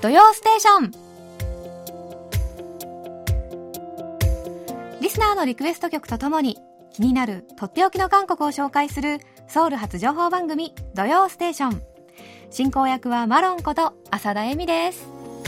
土曜ステーション。リスナーのリクエスト曲とともに気になるとっておきの韓国を紹介するソウル発情報番組土曜ステーション。進行役はマロンこと浅田恵美です。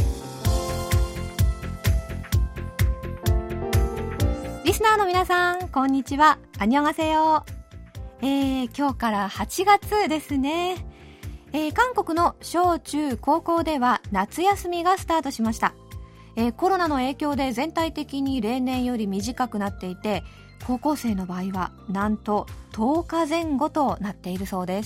リスナーの皆さん、こんにちは。アニョンハセヨ。今日から8月ですね。韓国の小中高校では夏休みがスタートしました。コロナの影響で全体的に例年より短くなっていて、高校生の場合はなんと10日前後となっているそうです。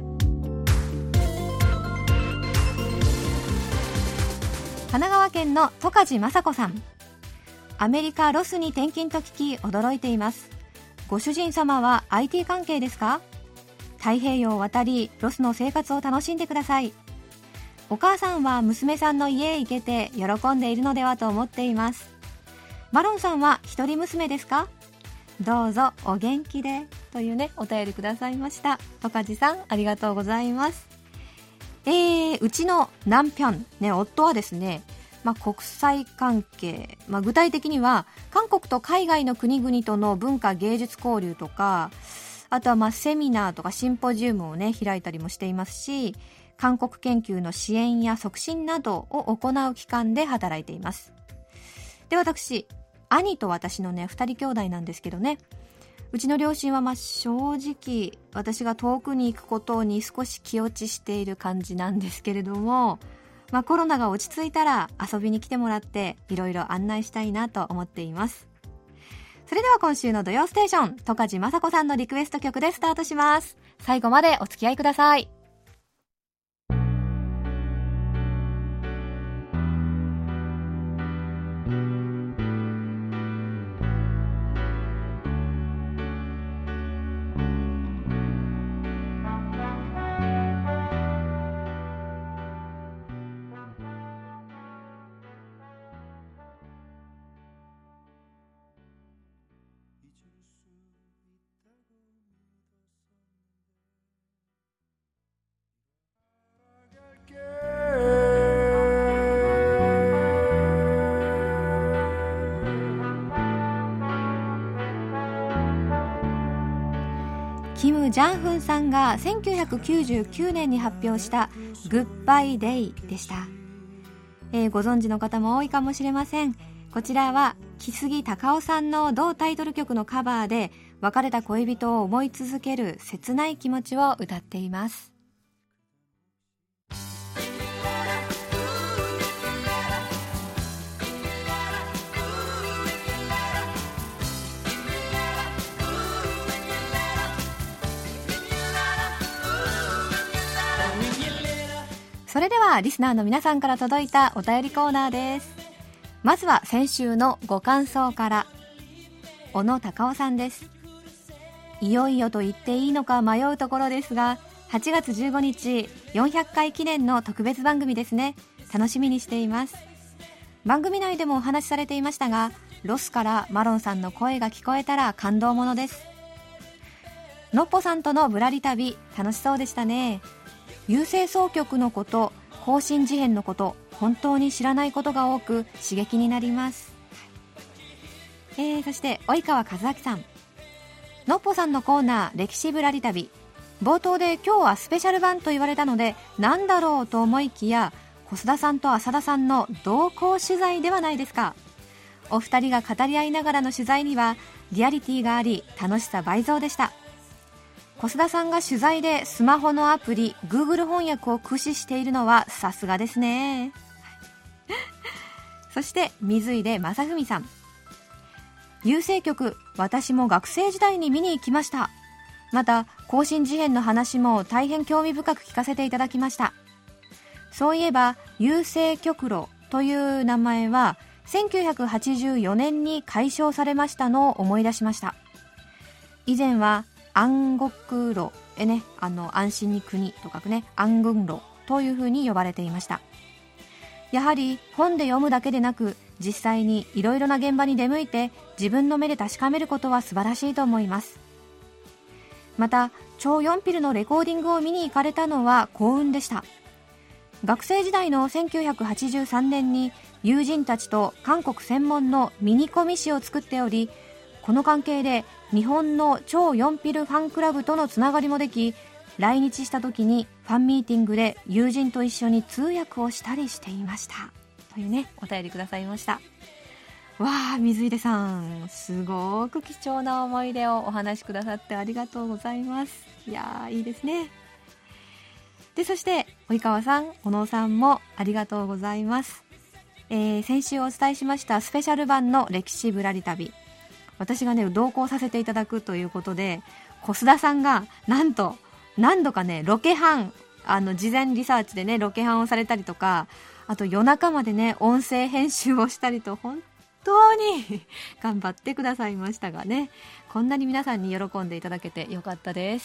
神奈川県の戸梶雅子さん。アメリカロスに転勤と聞き驚いています。ご主人様は IT 関係ですか？太平洋を渡りロスの生活を楽しんでください。お母さんは娘さんの家へ行けて喜んでいるのではと思っています。マロンさんは一人娘ですか？どうぞお元気で、というねお便りくださいました。戸梶さん、ありがとうございます。うちのナンピョン、ね、夫はですね、国際関係、具体的には韓国と海外の国々との文化芸術交流とか、あとはセミナーとかシンポジウムをね開いたりもしていますし、韓国研究の支援や促進などを行う機関で働いています。で、私、兄と私のね2人兄弟なんですけどね、うちの両親は正直私が遠くに行くことに少し気落ちしている感じなんですけれども、コロナが落ち着いたら遊びに来てもらっていろいろ案内したいなと思っています。それでは今週の土曜ステーション、戸梶雅子さんのリクエスト曲でスタートします。最後までお付き合いください。キム・ジャンフンさんが1999年に発表したグッバイデイでした。ご存知の方も多いかもしれません。こちらは木杉隆夫さんの同タイトル曲のカバーで、別れた恋人を思い続ける切ない気持ちを歌っています。それではリスナーの皆さんから届いたお便りコーナーです。まずは先週のご感想から。小野隆夫さんです。いよいよと言っていいのか迷うところですが、8月15日400回記念の特別番組ですね。楽しみにしています。番組内でもお話しされていましたが、ロスからマロンさんの声が聞こえたら感動ものです。のっぽさんとのぶらり旅、楽しそうでしたね。郵政総局のこと、更新事変のこと、本当に知らないことが多く刺激になります。そして及川和明さん、のっぽさんのコーナー歴史ぶらり旅、冒頭で今日はスペシャル版と言われたのでなんだろうと思いきや、小須田さんと浅田さんの同行取材ではないですか。お二人が語り合いながらの取材にはリアリティがあり、楽しさ倍増でした。小須田さんが取材でスマホのアプリ Google 翻訳を駆使しているのはさすがですね。そして水出正文さん、郵政局、私も学生時代に見に行きました。また更新事変の話も大変興味深く聞かせていただきました。そういえば郵政局路という名前は1984年に改称されましたのを思い出しました。以前は安国路、安心に国と書くね、安軍路というふうに呼ばれていました。やはり本で読むだけでなく、実際にいろいろな現場に出向いて自分の目で確かめることは素晴らしいと思います。また超4ピルのレコーディングを見に行かれたのは幸運でした。 学生時代の1983年に友人たちと韓国専門のミニコミ誌を作っており、この関係で日本の超ヨンピルファンクラブとのつながりもでき、来日した時にファンミーティングで友人と一緒に通訳をしたりしていましたというね、お便りくださいました。わあ、水出さん、すごく貴重な思い出をお話しくださってありがとうございます。いやー、いいですね。で、そして及川さん、小野さんもありがとうございます。先週お伝えしましたスペシャル版の歴史ぶらり旅、私がね同行させていただくということで、小須田さんがなんと何度かねロケハン、事前リサーチでねロケハンをされたりとか、あと夜中までね音声編集をしたりと、本当に頑張ってくださいましたがね、こんなに皆さんに喜んでいただけてよかったです。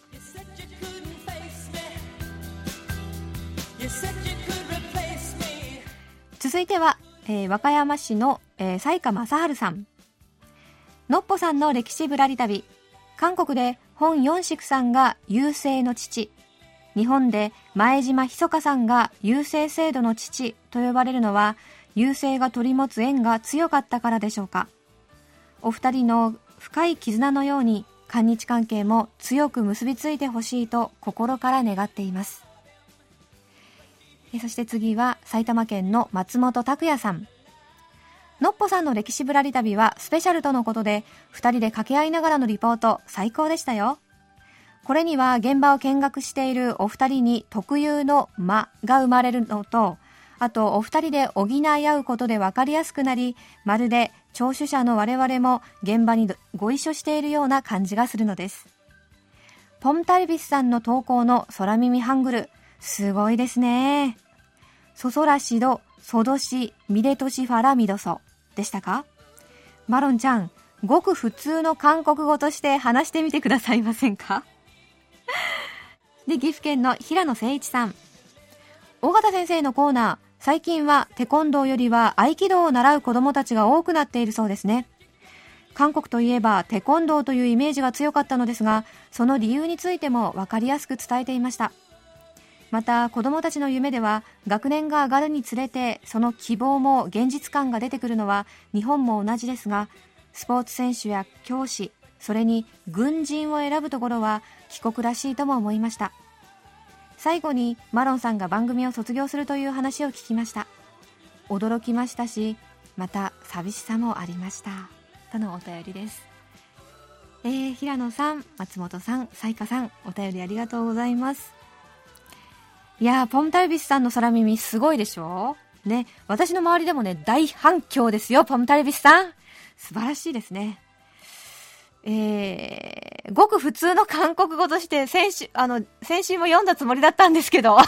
続いては、和歌山市の、西川正治さん。のっぽさんの歴史ぶらり旅。韓国で本ヨンシクさんが優生の父、日本で前島ひそかさんが優生制度の父と呼ばれるのは、優生が取り持つ縁が強かったからでしょうか。お二人の深い絆のように韓日関係も強く結びついてほしいと心から願っています。そして次は埼玉県の松本拓也さん。のっぽさんの歴史ぶらり旅はスペシャルとのことで、二人で掛け合いながらのリポート最高でしたよ。これには現場を見学しているお二人に特有の間が生まれるのと、あとお二人で補い合うことで分かりやすくなり、まるで聴取者の我々も現場にご一緒しているような感じがするのです。ポムタルビスさんの投稿の空耳ハングル、すごいですね。そそらしど、そどし、みれとしファラミドソでしたか？マロンちゃん、ごく普通の韓国語として話してみてくださいませんか？で、岐阜県の平野誠一さん。尾形先生のコーナー、最近はテコンドーよりは合気道を習う子どもたちが多くなっているそうですね。韓国といえばテコンドーというイメージが強かったのですが、その理由についても分かりやすく伝えていました。また子どもたちの夢では、学年が上がるにつれてその希望も現実感が出てくるのは日本も同じですが、スポーツ選手や教師、それに軍人を選ぶところは帰国らしいとも思いました。最後にマロンさんが番組を卒業するという話を聞きました。驚きましたし、また寂しさもありましたとのお便りです。平野さん、松本さん、彩花さん、お便りありがとうございます。いやー、ポムタルビスさんの空耳すごいでしょね。私の周りでもね大反響ですよ。ポムタルビスさん素晴らしいですね。ごく普通の韓国語として先週も読んだつもりだったんですけど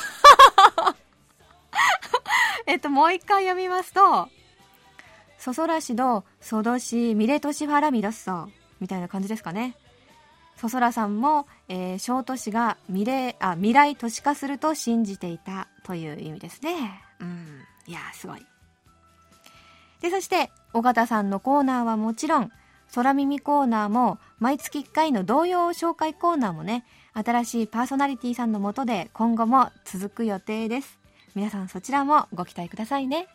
もう一回読みますと、そそらしどそどしミレトシファラミダッサみたいな感じですかね。そそらさんも、小都市が未来都市化すると信じていたという意味ですね。いやーすごい。で、そして尾形さんのコーナーはもちろん、空耳コーナーも毎月1回の童謡紹介コーナーもね、新しいパーソナリティさんの下で今後も続く予定です。皆さんそちらもご期待くださいね。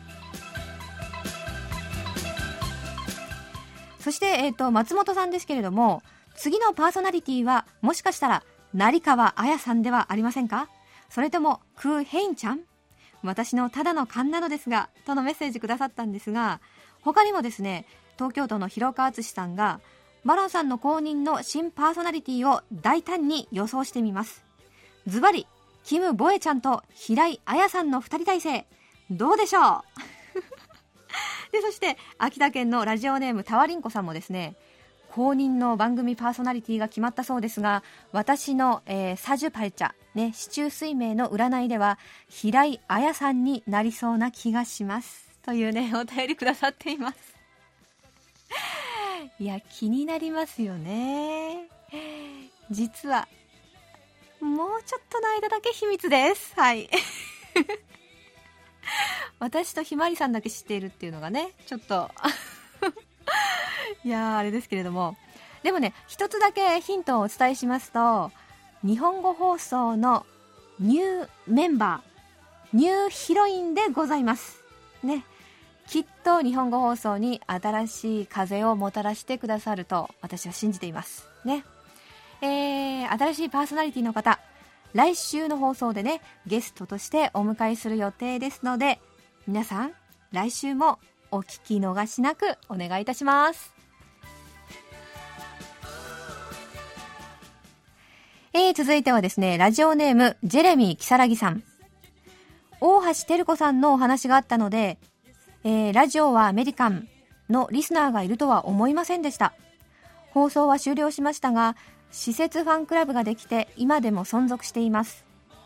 そして、松本さんですけれども、次のパーソナリティはもしかしたら成川彩さんではありませんか？それともクーヘインちゃん？私のただの勘なのですが、とのメッセージくださったんですが、他にもですね、東京都の広川敦さんがマロンさんの公認の新パーソナリティを大胆に予想してみます。ズバリキム・ボエちゃんと平井彩さんの2人体制、どうでしょうで、そして秋田県のラジオネームタワリンコさんもですね、公認の番組パーソナリティが決まったそうですが、私の、サジュパイチャ、ね、四柱推命の占いでは平井彩さんになりそうな気がしますというね、お便りくださっています。いや、気になりますよね。実はもうちょっとの間だけ秘密です。はい私とひまりさんだけ知っているっていうのがね、ちょっといやーあれですけれども、でもね、一つだけヒントをお伝えしますと、日本語放送のニューメンバニューヒロインでございますね。きっと日本語放送に新しい風をもたらしてくださると私は信じていますね。新しいパーソナリティの方、来週の放送でねゲストとしてお迎えする予定ですので、皆さん来週もお聞き逃しなくお願いいたします。続いてはですね、ラジオネームジェレミー木更木さん。大橋照子さんのお話があったので、ラジオはアメリカンのリスナーがいるとは思いませんでした。放送は終了しましたが、施設ファンクラブができて今でも存続しています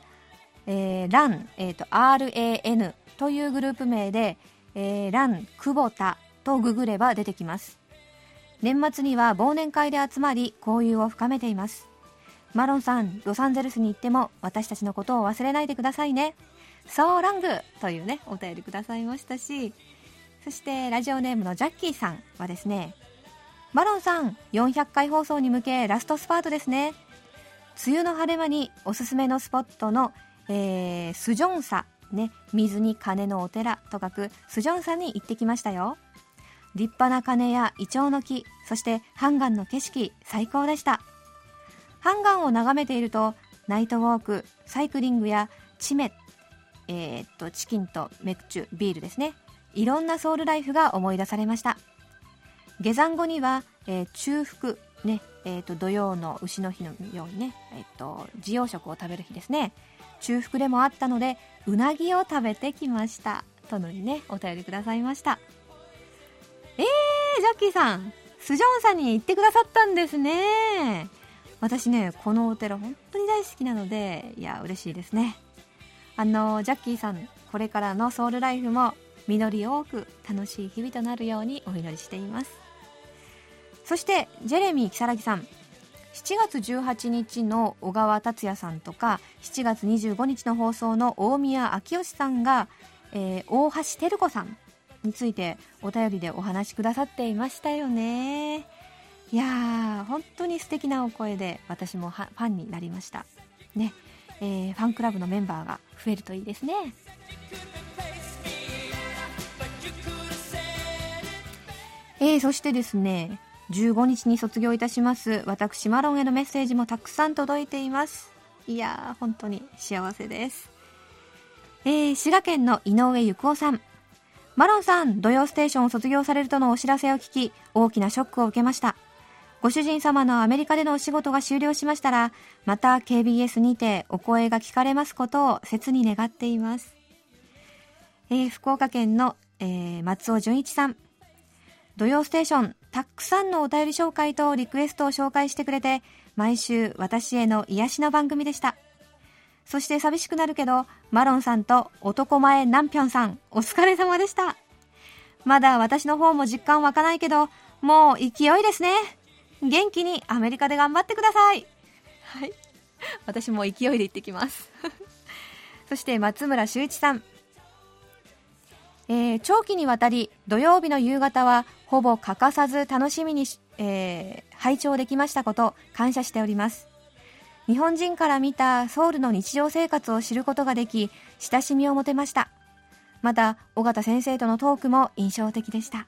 。RAN、RAN というグループ名で、RAN 久保田とググれば出てきます。年末には忘年会で集まり交流を深めています。マロンさん、ロサンゼルスに行っても私たちのことを忘れないでくださいね。ソーラングというねお便りくださいましたし、そしてラジオネームのジャッキーさんはですね、マロンさん400回放送に向けラストスパートですね。梅雨の晴れ間におすすめのスポットの、スジョンサ、ね、水に鐘のお寺と書くスジョンサに行ってきましたよ。立派な鐘やイチョウの木、そしてハンガンの景色最高でした。ハンガンを眺めているとナイトウォーク、サイクリングやチメ、チキンとメクチュ、ビールですね、いろんなソウルライフが思い出されました。下山後には、中腹、ね、土曜の牛の日のようにね、自養食を食べる日ですね、中腹でもあったのでうなぎを食べてきましたとのにねお便りくださいました。ジャッキーさん、スジョンさんに行ってくださったんですね。私ねこのお寺本当に大好きなので、いや嬉しいですね。ジャッキーさん、これからのソウルライフも実り多く楽しい日々となるようにお祈りしています。そしてジェレミー木更木さん、7月18日の小川達也さんとか7月25日の放送の大宮昭義さんが、大橋照子さんについてお便りでお話しくださっていましたよね。いやー本当に素敵なお声で私もファンになりましたね。ファンクラブのメンバーが増えるといいですね。そしてですね、15日に卒業いたします私マロンへのメッセージもたくさん届いています。いやー本当に幸せです。滋賀県の井上ゆくおさん、マロンさん、土曜ステーションを卒業されるとのお知らせを聞き大きなショックを受けました。ご主人様のアメリカでのお仕事が終了しましたら、また KBS にてお声が聞かれますことを切に願っています。福岡県の、松尾純一さん、土曜ステーション、たくさんのお便り紹介とリクエストを紹介してくれて、毎週私への癒しの番組でした。そして寂しくなるけど、マロンさんと男前ナンピョンさん、お疲れ様でした。まだ私の方も実感湧かないけど、もう勢いですね。元気にアメリカで頑張ってください。はい、私も勢いで行ってきますそして松村修一さん、長期にわたり土曜日の夕方はほぼ欠かさず楽しみに、拝聴できましたこと感謝しております。日本人から見たソウルの日常生活を知ることができ、親しみを持てました。また尾形先生とのトークも印象的でした。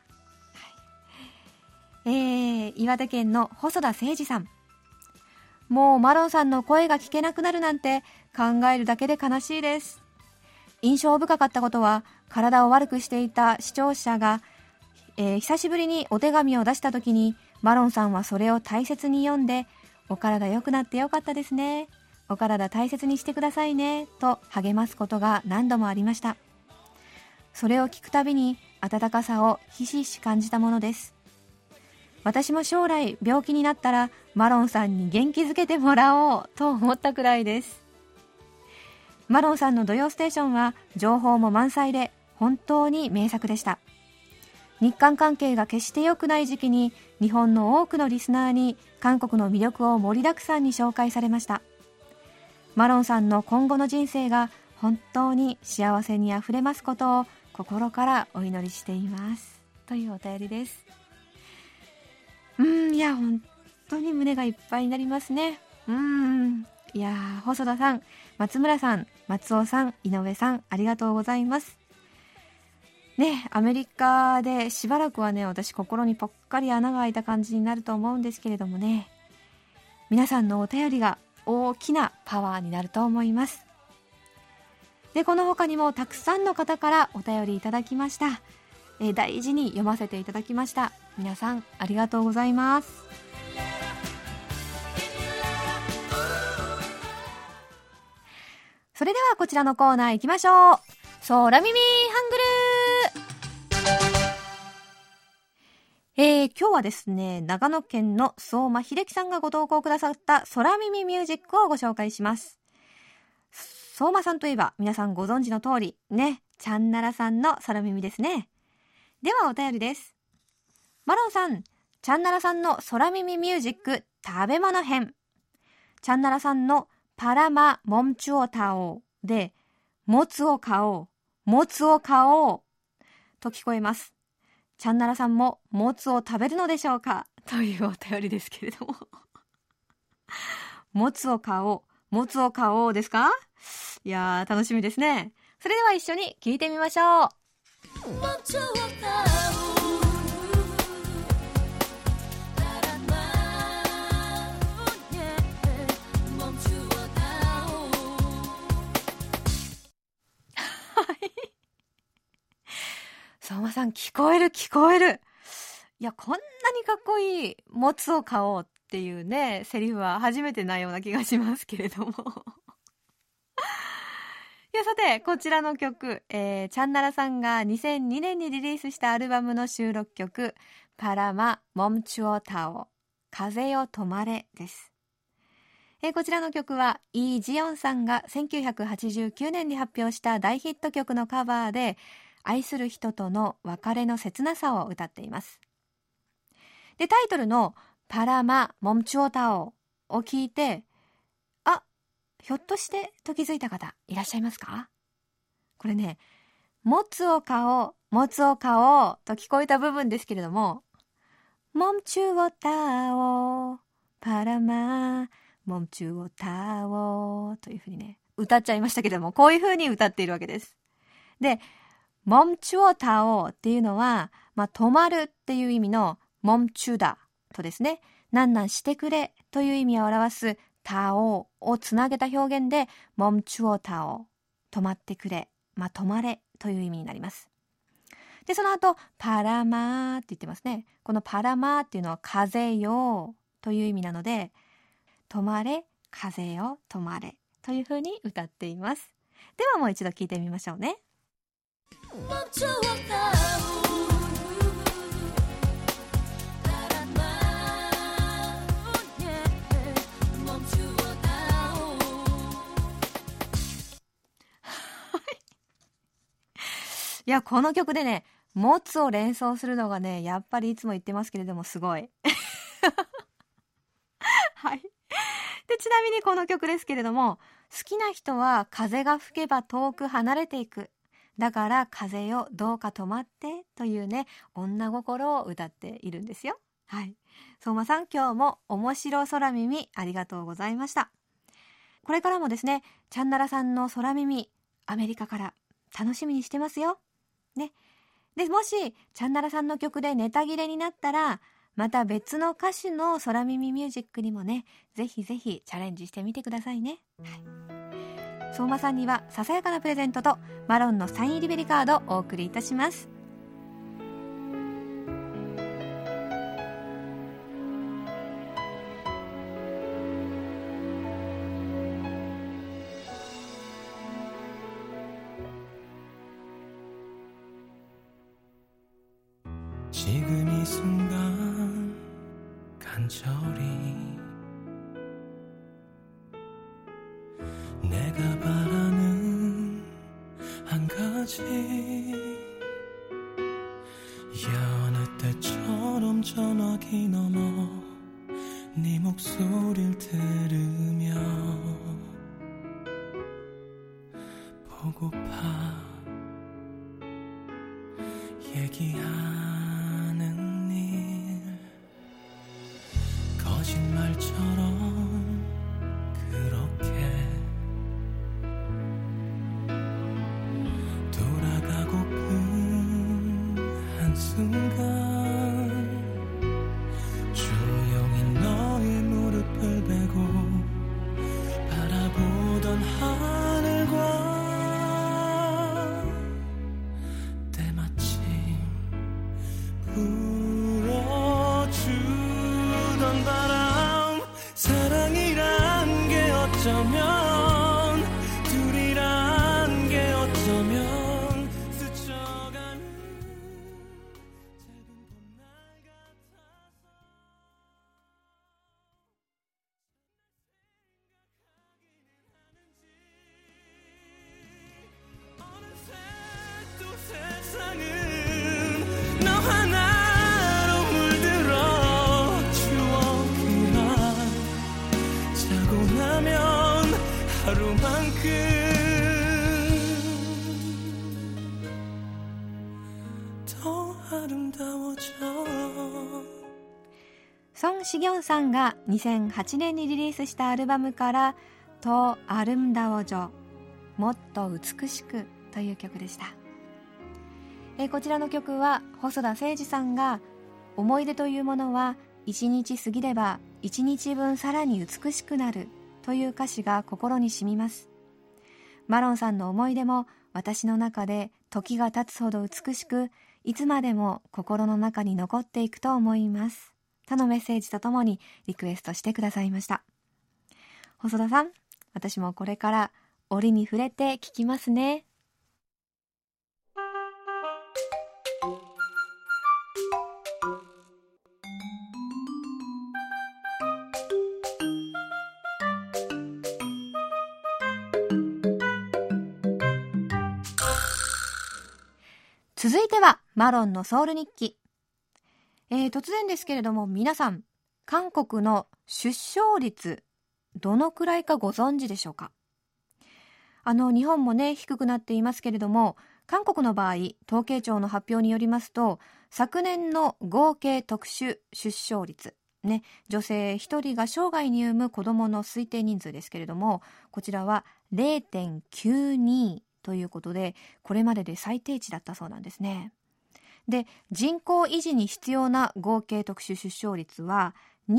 岩手県の細田誠二さん、もうマロンさんの声が聞けなくなるなんて考えるだけで悲しいです。印象深かったことは、体を悪くしていた視聴者が、久しぶりにお手紙を出した時にマロンさんはそれを大切に読んで、お体良くなってよかったですね、お体大切にしてくださいねと励ますことが何度もありました。それを聞くたびに温かさをひしひし感じたものです。私も将来病気になったらマロンさんに元気づけてもらおうと思ったくらいです。マロンさんの土曜ステーションは情報も満載で本当に名作でした。日韓関係が決して良くない時期に日本の多くのリスナーに韓国の魅力を盛りだくさんに紹介されました。マロンさんの今後の人生が本当に幸せにあふれますことを心からお祈りしていますというお便りです。いや本当に胸がいっぱいになりますね。 いやー、細田さん、松村さん、松尾さん、井上さん、ありがとうございますね。アメリカでしばらくはね、私心にぽっかり穴が開いた感じになると思うんですけれどもね、皆さんのお便りが大きなパワーになると思います。で、この他にもたくさんの方からお便りいただきました。大事に読ませていただきました。皆さんありがとうございます。それではこちらのコーナー行きましょう。空耳ハングル。今日はですね、長野県の相馬秀樹さんがご投稿くださった空耳ミュージックをご紹介します。相馬さんといえば皆さんご存知の通りね、チャンナラさんの空耳ですね。ではお便りです。マロンさん、チャンナラさんの空耳ミュージック食べ物編。チャンナラさんのパラマモムチュオタオで、もつを買おう、もつを買おうと聞こえます。チャンナラさんももつを食べるのでしょうか、というお便りですけれどももつを買おう、もつを買おうですか？いやー、楽しみですね。それでは一緒に聞いてみましょう。相馬さん、聞こえる聞こえる。いや、こんなにかっこいいもつを買おうっていうね、セリフは初めてなような気がしますけれどもいや、さて、こちらの曲、チャンナラさんが2002年にリリースしたアルバムの収録曲、パラマモムチュオタオ、風よ止まれです。こちらの曲はイ・ジヨンさんが1989年に発表した大ヒット曲のカバーで、愛する人との別れの切なさを歌っています。で、タイトルのパラマモムチュオタオを聞いて、あ、ひょっとしてと気づいた方いらっしゃいますか？これね、もつを買おう、もつを買おうと聞こえた部分ですけれども、モムチュオタオパラマモムチュオタオというふうにね、歌っちゃいましたけども、こういうふうに歌っているわけです。で、モムチュオタオっていうのは、止まるっていう意味のモムチュダとですね、なんなんしてくれという意味を表すタオをつなげた表現で、モムチュオタオ、止まってくれ、止まれという意味になります。で、その後、パラマーって言ってますね。このパラマーっていうのは風よという意味なので、止まれ、風よ、止まれというふうに歌っています。ではもう一度聞いてみましょうね。いや、この曲でね、もつを連想するのがね、やっぱりいつも言ってますけれども、すごいはい。で、ちなみにこの曲ですけれども、好きな人は風が吹けば遠く離れていく、だから風よどうか止まってというね、女心を歌っているんですよ。はい。相馬さん、今日も面白空耳ありがとうございました。これからもですね、チャンナラさんの空耳、アメリカから楽しみにしてますよ。ね。で、もしチャンナラさんの曲でネタ切れになったら、また別の歌手の空耳ミュージックにもね、ぜひぜひチャレンジしてみてくださいね。はい。相馬さんにはささやかなプレゼントとマロンのサイン入りベリカードをお送りいたします。 지금 이 순간 간절히 내가 바라는 한 가지 여느 때처럼 전화기 넘어 네 목소리를 들으며 보고파 얘기하는 일 거짓말처럼 그렇게 어쩌면 둘이란 게 어쩌면 스쳐가는 작은 봄날 같아서 어느새 또 세상은 너 하나로 물들어 추억이란 자고 나면 하루만큼 더 아름다워져. ソン・シギョンさんが2008年にリリースしたアルバムからとアルムダオジョ、もっと美しくという曲でした。こちらの曲は細田誠二さんが思い出というものは一日過ぎれば一日分さらに美しくなるという歌詞が心に染みます。マロンさんの思い出も私の中で時が経つほど美しく、いつまでも心の中に残っていくと思いますとのメッセージとともにリクエストしてくださいました。細田さん、私もこれから折に触れて聴きますね。続いてはマロンのソウル日記。突然ですけれども、皆さん韓国の出生率どのくらいかご存知でしょうか。日本もね低くなっていますけれども、韓国の場合統計庁の発表によりますと、昨年の合計特殊出生率ね、女性1人が生涯に産む子どもの推定人数ですけれども、こちらは 0.92 ということで、これまでで最低値だったそうなんですね。で、人口維持に必要な合計特殊出生率は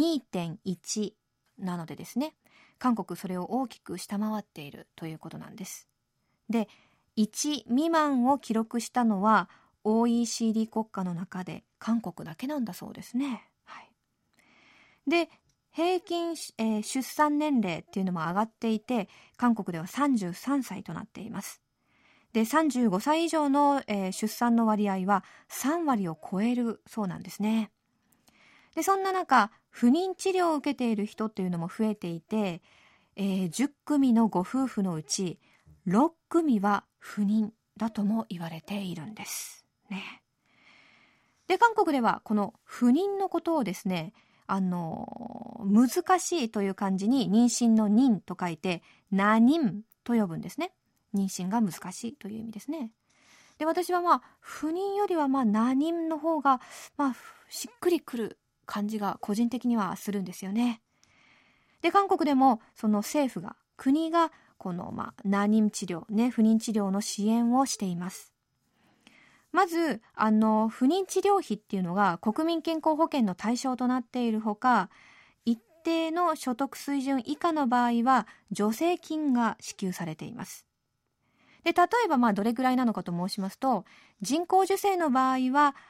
2.1 なのでですね、韓国それを大きく下回っているということなんです。で、1未満を記録したのは OECD 国家の中で韓国だけなんだそうですね。はい、で、平均、出産年齢っていうのも上がっていて、韓国では33歳となっています。で、35歳以上の、出産の割合は3割を超えるそうなんですね。で、そんな中、不妊治療を受けている人っていうのも増えていて、10組のご夫婦のうち6組は不妊だとも言われているんですね。で、韓国ではこの不妊のことをですね、難しいという漢字に妊娠の妊と書いてナニンと呼ぶんですね。妊娠が難しいという意味ですね。で、私は不妊よりはナニンの方がしっくりくる感じが個人的にはするんですよね。で、韓国でもその政府が、国がこのナニン治療ね、不妊治療の支援をしています。まず不妊治療費っていうのが国民健康保険の対象となっているほか、一定の所得水準以下の場合は助成金が支給されています。で、例えばどれくらいなのかと申しますと、人工授精の場合は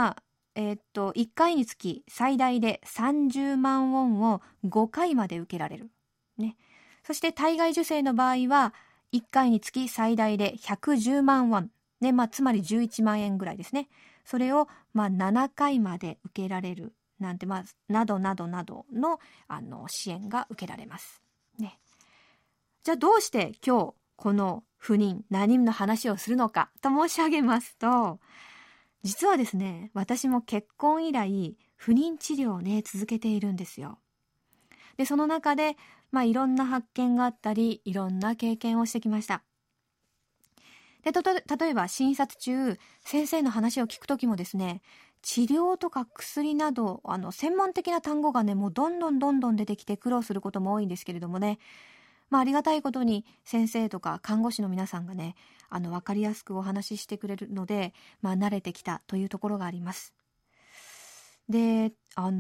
1回につき最大で30万ウォンを5回まで受けられる、ね、そして体外受精の場合は1回につき最大で110万ウォン、ね、つまり11万円ぐらいですね。それを7回まで受けられるなんて、などなどなどの支援が受けられます、ね。じゃあどうして今日この不妊何の話をするのかと申し上げますと、実はですね、私も結婚以来不妊治療をね続けているんですよ。で、その中でいろんな発見があったり、いろんな経験をしてきました。で、例えば診察中、先生の話を聞くときもですね、治療とか薬など専門的な単語がねもうどんどん出てきて苦労することも多いんですけれどもね、ありがたいことに先生とか看護師の皆さんがね分かりやすくお話ししてくれるので、慣れてきたというところがあります。で、韓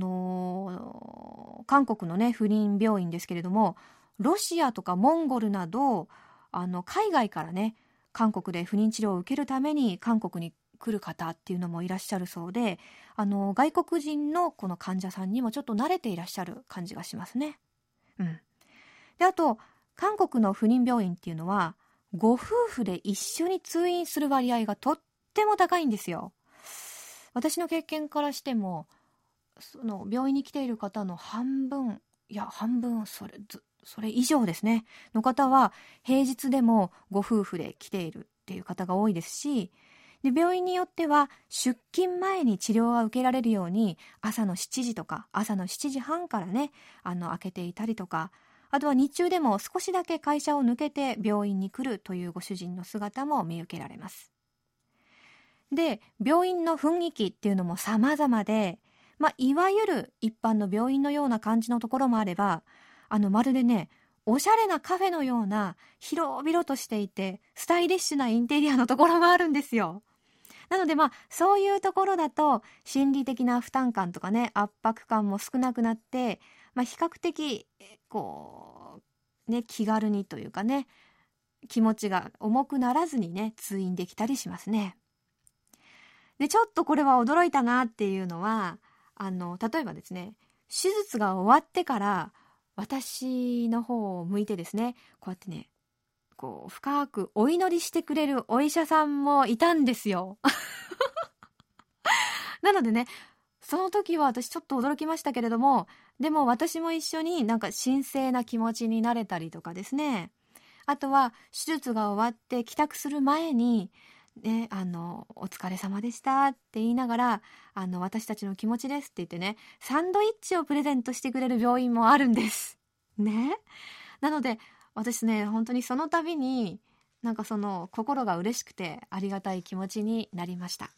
国のね不妊病院ですけれども、ロシアとかモンゴルなど海外からね韓国で不妊治療を受けるために韓国に来る方っていうのもいらっしゃるそうで、外国人のこの患者さんにもちょっと慣れていらっしゃる感じがしますね。で、あと韓国の不妊病院っていうのはご夫婦で一緒に通院する割合がとっても高いんですよ。私の経験からしてもその病院に来ている方の半分それ以上ですねの方は平日でもご夫婦で来ているっていう方が多いですし、で病院によっては出勤前に治療が受けられるように朝の7時とか朝の7時半からね開けていたりとか、あとは日中でも少しだけ会社を抜けて病院に来るというご主人の姿も見受けられます。で病院の雰囲気っていうのも様々で、いわゆる一般の病院のような感じのところもあれば、まるでねおしゃれなカフェのような広々としていてスタイリッシュなインテリアのところもあるんですよ。なのでそういうところだと心理的な負担感とかね圧迫感も少なくなって、比較的気軽にというかね気持ちが重くならずにね通院できたりしますね。でちょっとこれは驚いたなっていうのは例えばですね手術が終わってから私の方を向いてですねこうやってね深くお祈りしてくれるお医者さんもいたんですよなのでねその時は私ちょっと驚きましたけれども、でも私も一緒に神聖な気持ちになれたりとかですね、あとは手術が終わって帰宅する前にね、お疲れ様でしたって言いながら私たちの気持ちですって言ってねサンドイッチをプレゼントしてくれる病院もあるんですね。なので私ね本当にその度にその心が嬉しくてありがたい気持ちになりました。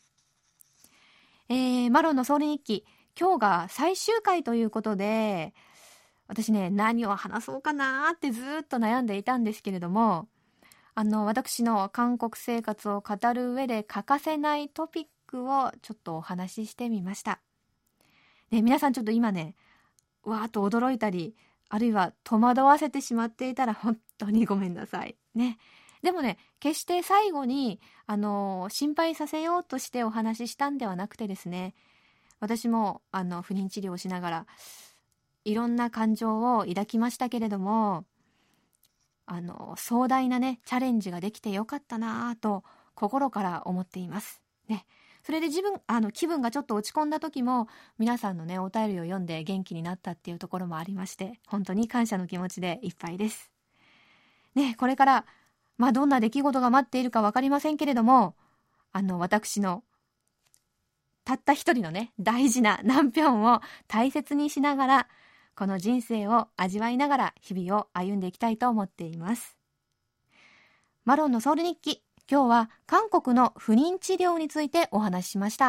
マロンのソウル日記、今日が最終回ということで私ね何を話そうかなってずっと悩んでいたんですけれども、私の韓国生活を語る上で欠かせないトピックをちょっとお話ししてみました。で皆さんちょっと今ねわーっと驚いたりあるいは戸惑わせてしまっていたら本当にごめんなさいね。でもね決して最後に心配させようとしてお話ししたんではなくてですね、私も不妊治療をしながらいろんな感情を抱きましたけれども、壮大なねチャレンジができてよかったなと心から思っていますね。それで気分がちょっと落ち込んだ時も皆さんのねお便りを読んで元気になったっていうところもありまして、本当に感謝の気持ちでいっぱいですね。これからどんな出来事が待っているか分かりませんけれども、私のたった一人のね大事なナンピョンを大切にしながらこの人生を味わいながら日々を歩んでいきたいと思っています。マロンのソウル日記、今日は韓国の不妊治療についてお話ししました。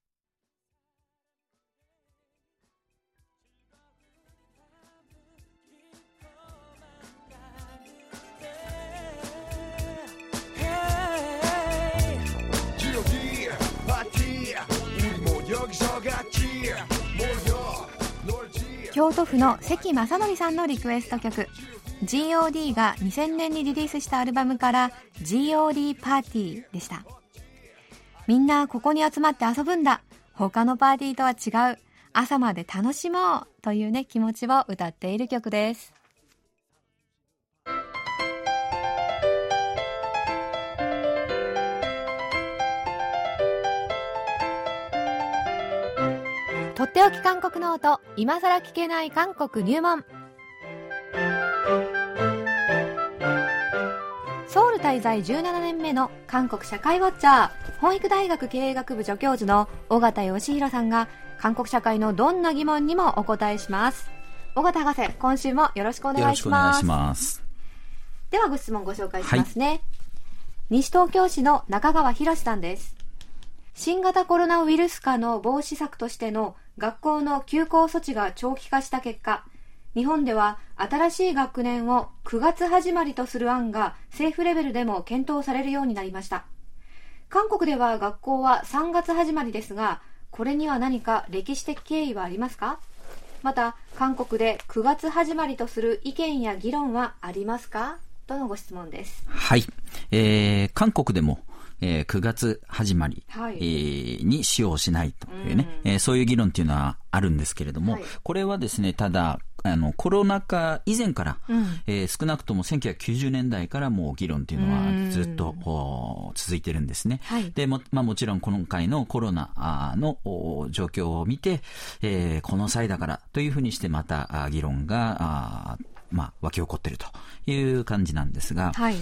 京都府の関正則さんのリクエスト曲、 GOD が2000年にリリースしたアルバムから GOD パーティーでした。みんなここに集まって遊ぶんだ、他のパーティーとは違う、朝まで楽しもうというね気持ちを歌っている曲です。とっておき韓国ノート、今さら聞けない韓国入門。ソウル滞在17年目の韓国社会ウォッチャー、本育大学経営学部助教授の尾形義弘さんが韓国社会のどんな疑問にもお答えします。尾形博士、今週もよろしくお願いします。よろしくお願いします。ではご質問ご紹介しますね、西東京市の中川博さんです。新型コロナウイルス化の防止策としての学校の休校措置が長期化した結果、日本では新しい学年を9月始まりとする案が政府レベルでも検討されるようになりました。韓国では学校は3月始まりですが、これには何か歴史的経緯はありますか？また韓国で9月始まりとする意見や議論はありますか？とのご質問です。 はい、韓国でも 9月始まり、に使用しないというね、そういう議論っていうのはあるんですけれども、これはですね、ただコロナ禍以前から、少なくとも1990年代からもう議論っていうのはずっと続いてるんですね。でもちろん今回のコロナの状況を見て、この際だからというふうにしてまた議論が湧き起こっているという感じなんですが、ただ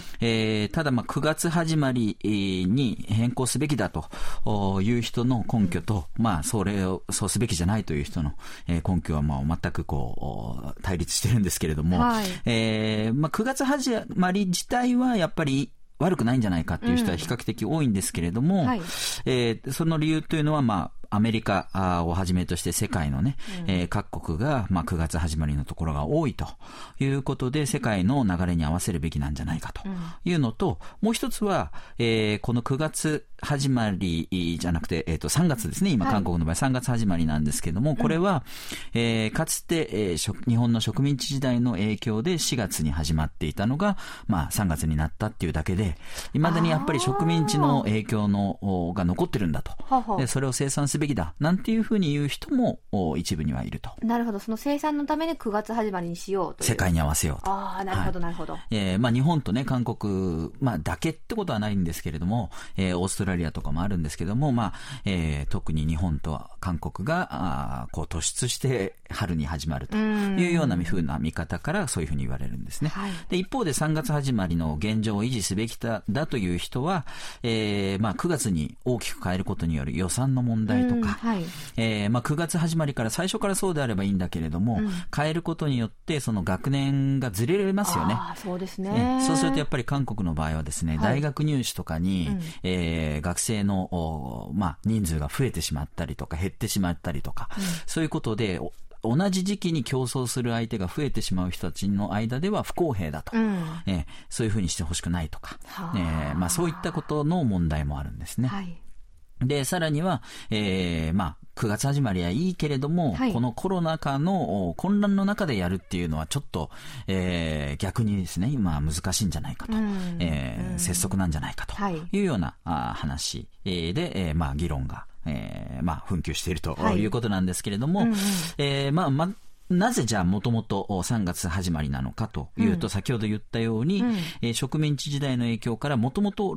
9月始まりに変更すべきだという人の根拠と、そうすべきじゃないという人の根拠は全く対立してるんですけれども、9月始まり自体はやっぱり悪くないんじゃないかっていう人は比較的多いんですけれども、その理由というのはアメリカをはじめとして世界のね、各国が9月始まりのところが多いということで、世界の流れに合わせるべきなんじゃないかというのと、もう一つは、この9月始まりじゃなくて、3月ですね。今韓国の場合3月始まりなんですけども、これは、かつて、日本の植民地時代の影響で4月に始まっていたのが、3月になったっていうだけで、未だにやっぱり植民地の影響が残ってるんだと。でそれを清算すべきだなんていうふうに言う人も一部にはいると。 なるほど。その清算のために9月始まりにしようという。 世界に合わせようと。 なるほどなるほど。 日本とね韓国だけってことはないんですけれども、オーストラリアとかもあるんですけども、特に日本と韓国が突出して春に始まるというような風な見方からそういうふうに言われるんですね。で一方で3月始まりの現状を維持すべきだという人は、9月に大きく変えることによる予算の問題とか、9月始まりから最初からそうであればいいんだけれども、変えることによってその学年がずれますよね。 そうですね。 そうするとやっぱり韓国の場合はですね、大学入試とかに、学生の、人数が増えてしまったりとか減ってしまったりとか、そういうことで同じ時期に競争する相手が増えてしまう人たちの間では不公平だと、そういうふうにしてほしくないとか、そういったことの問題もあるんですね。でさらには、9月始まりはいいけれども、このコロナ禍の混乱の中でやるっていうのはちょっと、逆にですね今難しいんじゃないかと、拙速なんじゃないかというような話で、議論が紛糾しているということなんですけれども、なぜじゃあもともと3月始まりなのかというと、先ほど言ったように、植民地時代の影響からもともと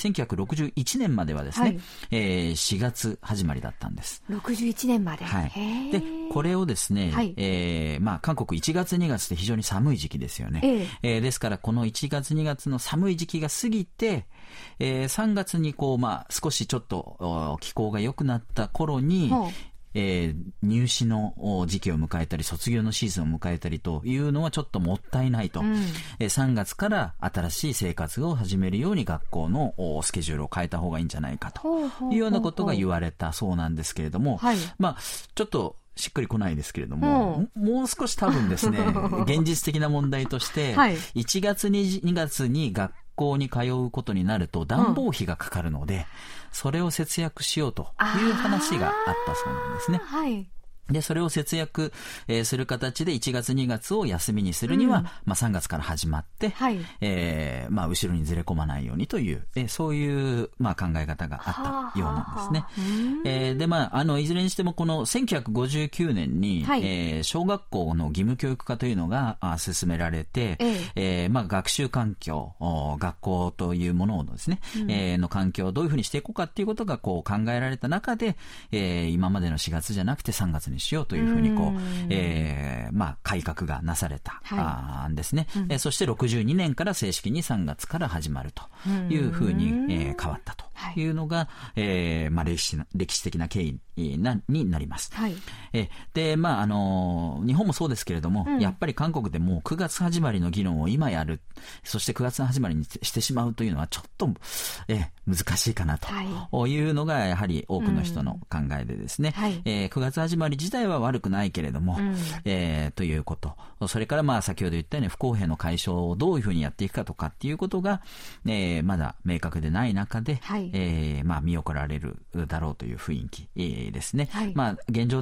1961年まではですね、4月始まりだったんです。 61年まで。 でこれをですね、韓国1月2月って非常に寒い時期ですよね。ですからこの1月2月の寒い時期が過ぎて、3月に少しちょっと気候が良くなった頃に、入試の時期を迎えたり卒業のシーズンを迎えたりというのはちょっともったいないと、3月から新しい生活を始めるように学校のスケジュールを変えた方がいいんじゃないかというようなことが言われたそうなんですけれども、ちょっとしっくりこないですけれども、もう少し多分ですね現実的な問題として、1月2月に学校に通うことになると暖房費がかかるので、それを節約しようという話があったそうなんですね。でそれを節約、する形で1月2月を休みにするには、3月から始まって、後ろにずれ込まないようにという、そういう、考え方があったようなんですね。でいずれにしてもこの1959年に、小学校の義務教育化というのが進められて、学習環境、学校というものをですね、の環境をどういうふうにしていこうかっていうことが考えられた中で、今までの4月じゃなくて3月にしようというふうに改革がなされたんですね。そして62年から正式に3月から始まるというふうに変わったというのが歴史的な経緯になります。で日本もそうですけれども、やっぱり韓国でもう9月始まりの議論を今やる、そして9月始まりにしてしまうというのはちょっと難しいかなというのがやはり多くの人の考えでですね、9月始まり自体は悪くないけれども、ということ、それから先ほど言ったように不公平の解消をどういうふうにやっていくかとかっていうことが、まだ明確でない中で、見送られるだろうという雰囲気、ですね。現状で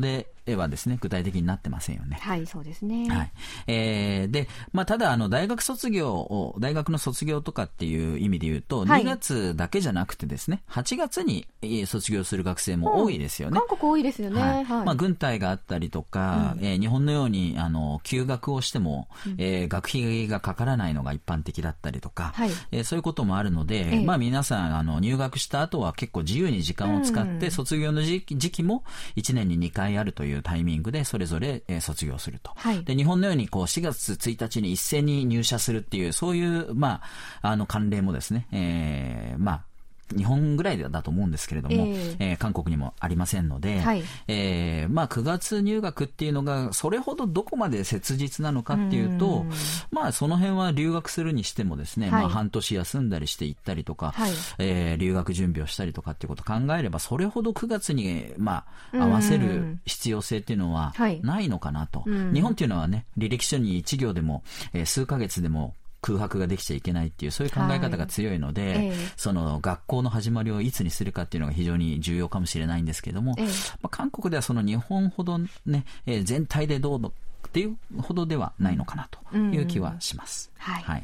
はですね、具体的になってませんよね。 はい、そうですね。 はい。で、ただ、大学の卒業とかっていう意味で言うと、2月だけじゃなくてですね、8月に卒業する学生も多いですよね。 韓国多いですよね。 はい。軍隊があったりとか、日本のように、休学をしても、学費がかからないのが一般的だったりとか、そういうこともあるので、皆さん、入学した後は結構自由に時間を使って、卒業の時期も1年に2回あるというタイミングでそれぞれ卒業すると。で、日本のように4月1日に一斉に入社するっていう、そういう、慣例もですね、日本ぐらいだと思うんですけれども、韓国にもありませんので、9月入学っていうのがそれほどどこまで切実なのかっていうと、その辺は留学するにしてもですね、半年休んだりして行ったりとか、留学準備をしたりとかっていうことを考えれば、それほど9月に合わせる必要性っていうのはないのかなと。日本っていうのはね、履歴書に1行でも、数ヶ月でも空白ができちゃいけないっていう、そういう考え方が強いので、その学校の始まりをいつにするかっていうのが非常に重要かもしれないんですけれども、韓国ではその日本ほどね、全体でどうっていうほどではないのかなという気はします。はい。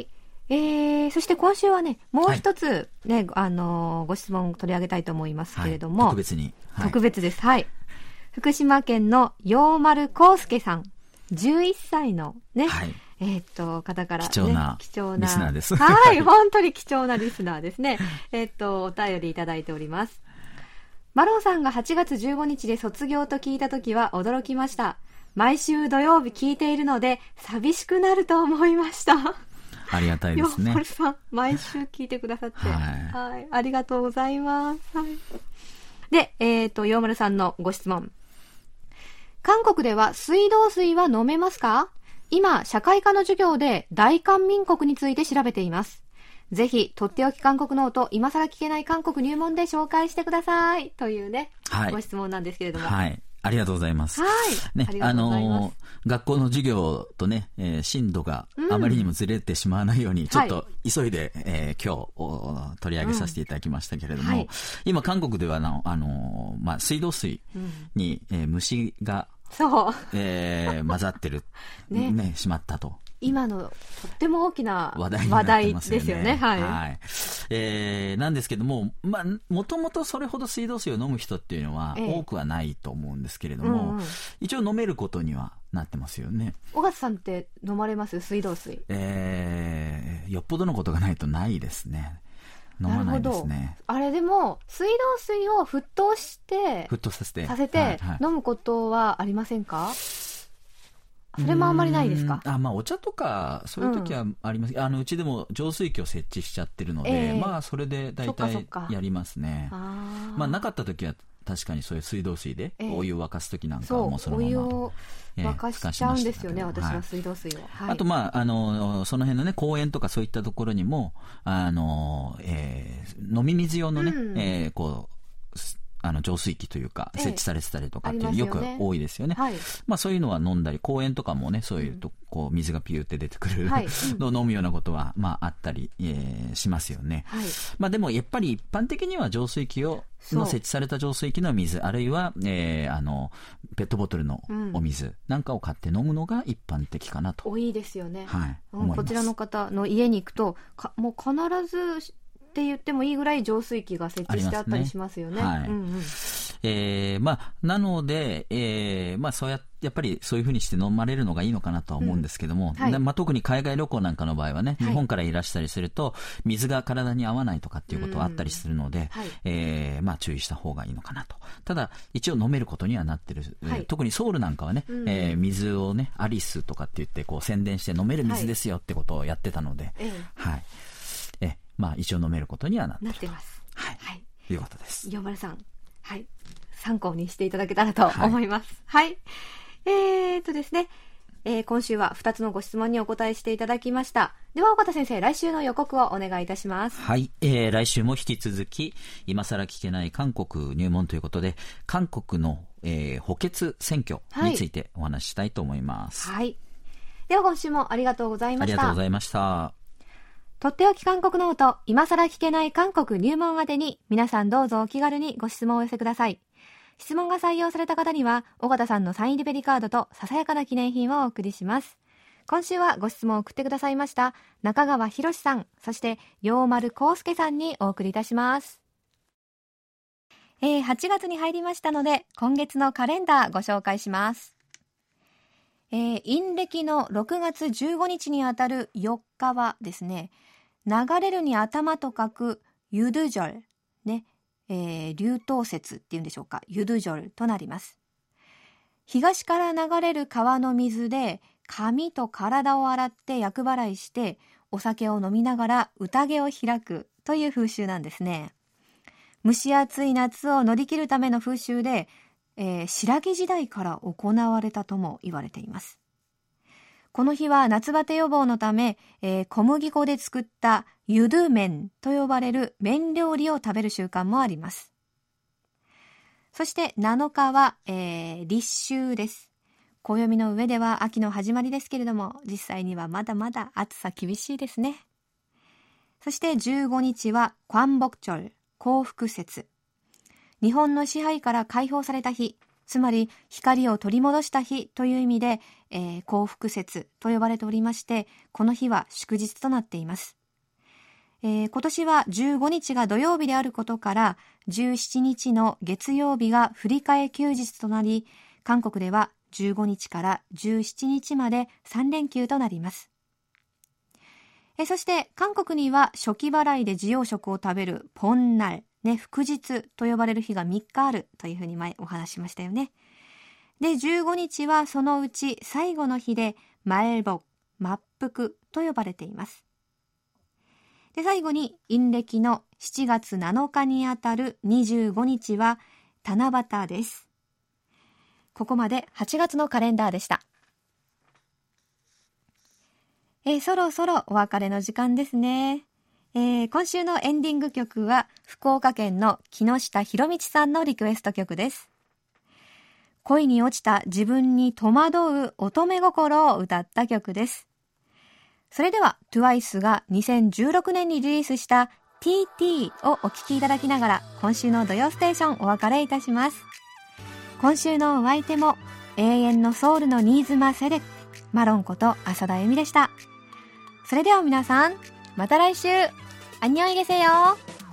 そして今週はね、もう一つね、ご質問を取り上げたいと思いますけれども、 特別に、 特別です。福島県の陽丸康介さん、11歳のね、方から、ね、 貴重なリスナーです。 はい、本当に貴重なリスナーですね。お便りいただいております。マロンさんが8月15日で卒業と聞いたときは驚きました。毎週土曜日聞いているので寂しくなると思いました。 ありがたいですね。 よっさん、毎週聞いてくださって、ありがとうございます。で、陽丸さんのご質問。韓国では水道水は飲めますか？今、社会科の授業で大韓民国について調べています。ぜひ、とっておき韓国ノート、今更聞けない韓国入門で紹介してください。というね、ご質問なんですけれども。 ありがとうございます。ね、学校の授業とね、進度があまりにもずれてしまわないように、ちょっと急いで、今日取り上げさせていただきましたけれども、今韓国では水道水に、虫が混ざってる、しまったと。 今のとっても大きな話題ですよね。 なんですけども、もともとそれほど水道水を飲む人っていうのは多くはないと思うんですけれども、一応飲めることにはなってますよね。 尾形さんって飲まれます水道水？ よっぽどのことがないとないですね。飲まないですね。 あれでも水道水を沸騰させて飲むことはありませんか？それもあんまりないですか？ お茶とかそういう時はあります。うちでも浄水器を設置しちゃってるので、それで大体やりますね。なかった時は確かにそういう水道水でお湯を沸かす時なんかはもうそのまま、 お湯を沸かしちゃうんですよね、私は水道水を。 あとその辺のね、公園とかそういったところにも飲み水用のね、浄水器というか設置されてたりとかっていうよく多いですよね。そういうのは飲んだり、公園とかもね、そういうと水がピューって出てくるのを飲むようなことはあったりしますよね。でもやっぱり一般的には浄水器の設置された浄水器の水、あるいはペットボトルのお水なんかを買って飲むのが一般的かなと。 多いですよね。こちらの方の家に行くともう必ずって言ってもいいぐらい浄水器が設置してあったりしますよね。 なので、そうやっぱりそういうふうにして飲まれるのがいいのかなとは思うんですけども、特に海外旅行なんかの場合はね、日本からいらしたりすると水が体に合わないとかっていうことはあったりするので、注意した方がいいのかなと。ただ一応飲めることにはなってる。特にソウルなんかはね、水をね、アリスとかって言って宣伝して飲める水ですよってことをやってたので、一応飲めることにはなってます。ということです。 陽丸さん、参考にしていただけたらと思います。ですね、今週は2つのご質問にお答えしていただきました。では尾形先生、来週の予告をお願いいたします。 来週も引き続き今更聞けない韓国入門ということで、韓国の、補欠選挙についてお話ししたいと思います。 では今週もありがとうございました。 ありがとうございました。 とっておき韓国ノート、今更聞けない韓国入門宛てに皆さんどうぞお気軽にご質問をお寄せください。 質問が採用された方には尾形さんのサインリベリカードとささやかな記念品をお送りします。今週はご質問を送ってくださいました中川博さん、そして陽丸康介さんにお送りいたします。8月に入りましたので今月のカレンダーご紹介します。陰暦の6月15日にあたる4日はですね、流れるに頭と書くユドゥジョル、ね、流頭節っていうんでしょうか、ユドゥジョルとなります。東から流れる川の水で髪と体を洗って厄払いしてお酒を飲みながら宴を開くという風習なんですね。蒸し暑い夏を乗り切るための風習で、白木時代から行われたとも言われています。この日は夏バテ予防のため、小麦粉で作ったユドゥ麺と呼ばれる麺料理を食べる習慣もあります。そして7日は、立秋です。暦の上では秋の始まりですけれども、実際にはまだまだ暑さ厳しいですね。そして15日は광복절、幸福節。日本の支配から解放された日、つまり光を取り戻した日という意味で、幸福節と呼ばれておりまして、この日は祝日となっています。今年は15日が土曜日であることから17日の月曜日が振り替え休日となり、韓国では15日から17日まで3連休となります。そして韓国には初期払いで自用食を食べるポンナル、ね、福日と呼ばれる日が3日あるというふうに前お話ししましたよね。で、15日はそのうち最後の日でマエルボク、末福と呼ばれています。で、最後に陰暦の7月7日にあたる25日は七夕です。ここまで8月のカレンダーでした。そろそろお別れの時間ですね。今週のエンディング曲は福岡県の木下博道さんのリクエスト曲です。恋に落ちた自分に戸惑う乙女心を歌った曲です。それでは TWICE が2016年にリリースした TT をお聴きいただきながら今週の土曜ステーションお別れいたします。今週のお相手も永遠のソウルの新妻セレクマロンこと浅田由美でした。それでは皆さんまた来週안녕히 계세요.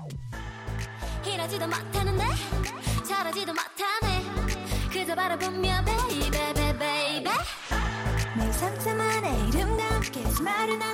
이러지도 못하는데 저러지도 못하네. 그저 바라보며 baby baby baby 내 상처만의 이름과 함께 스마일을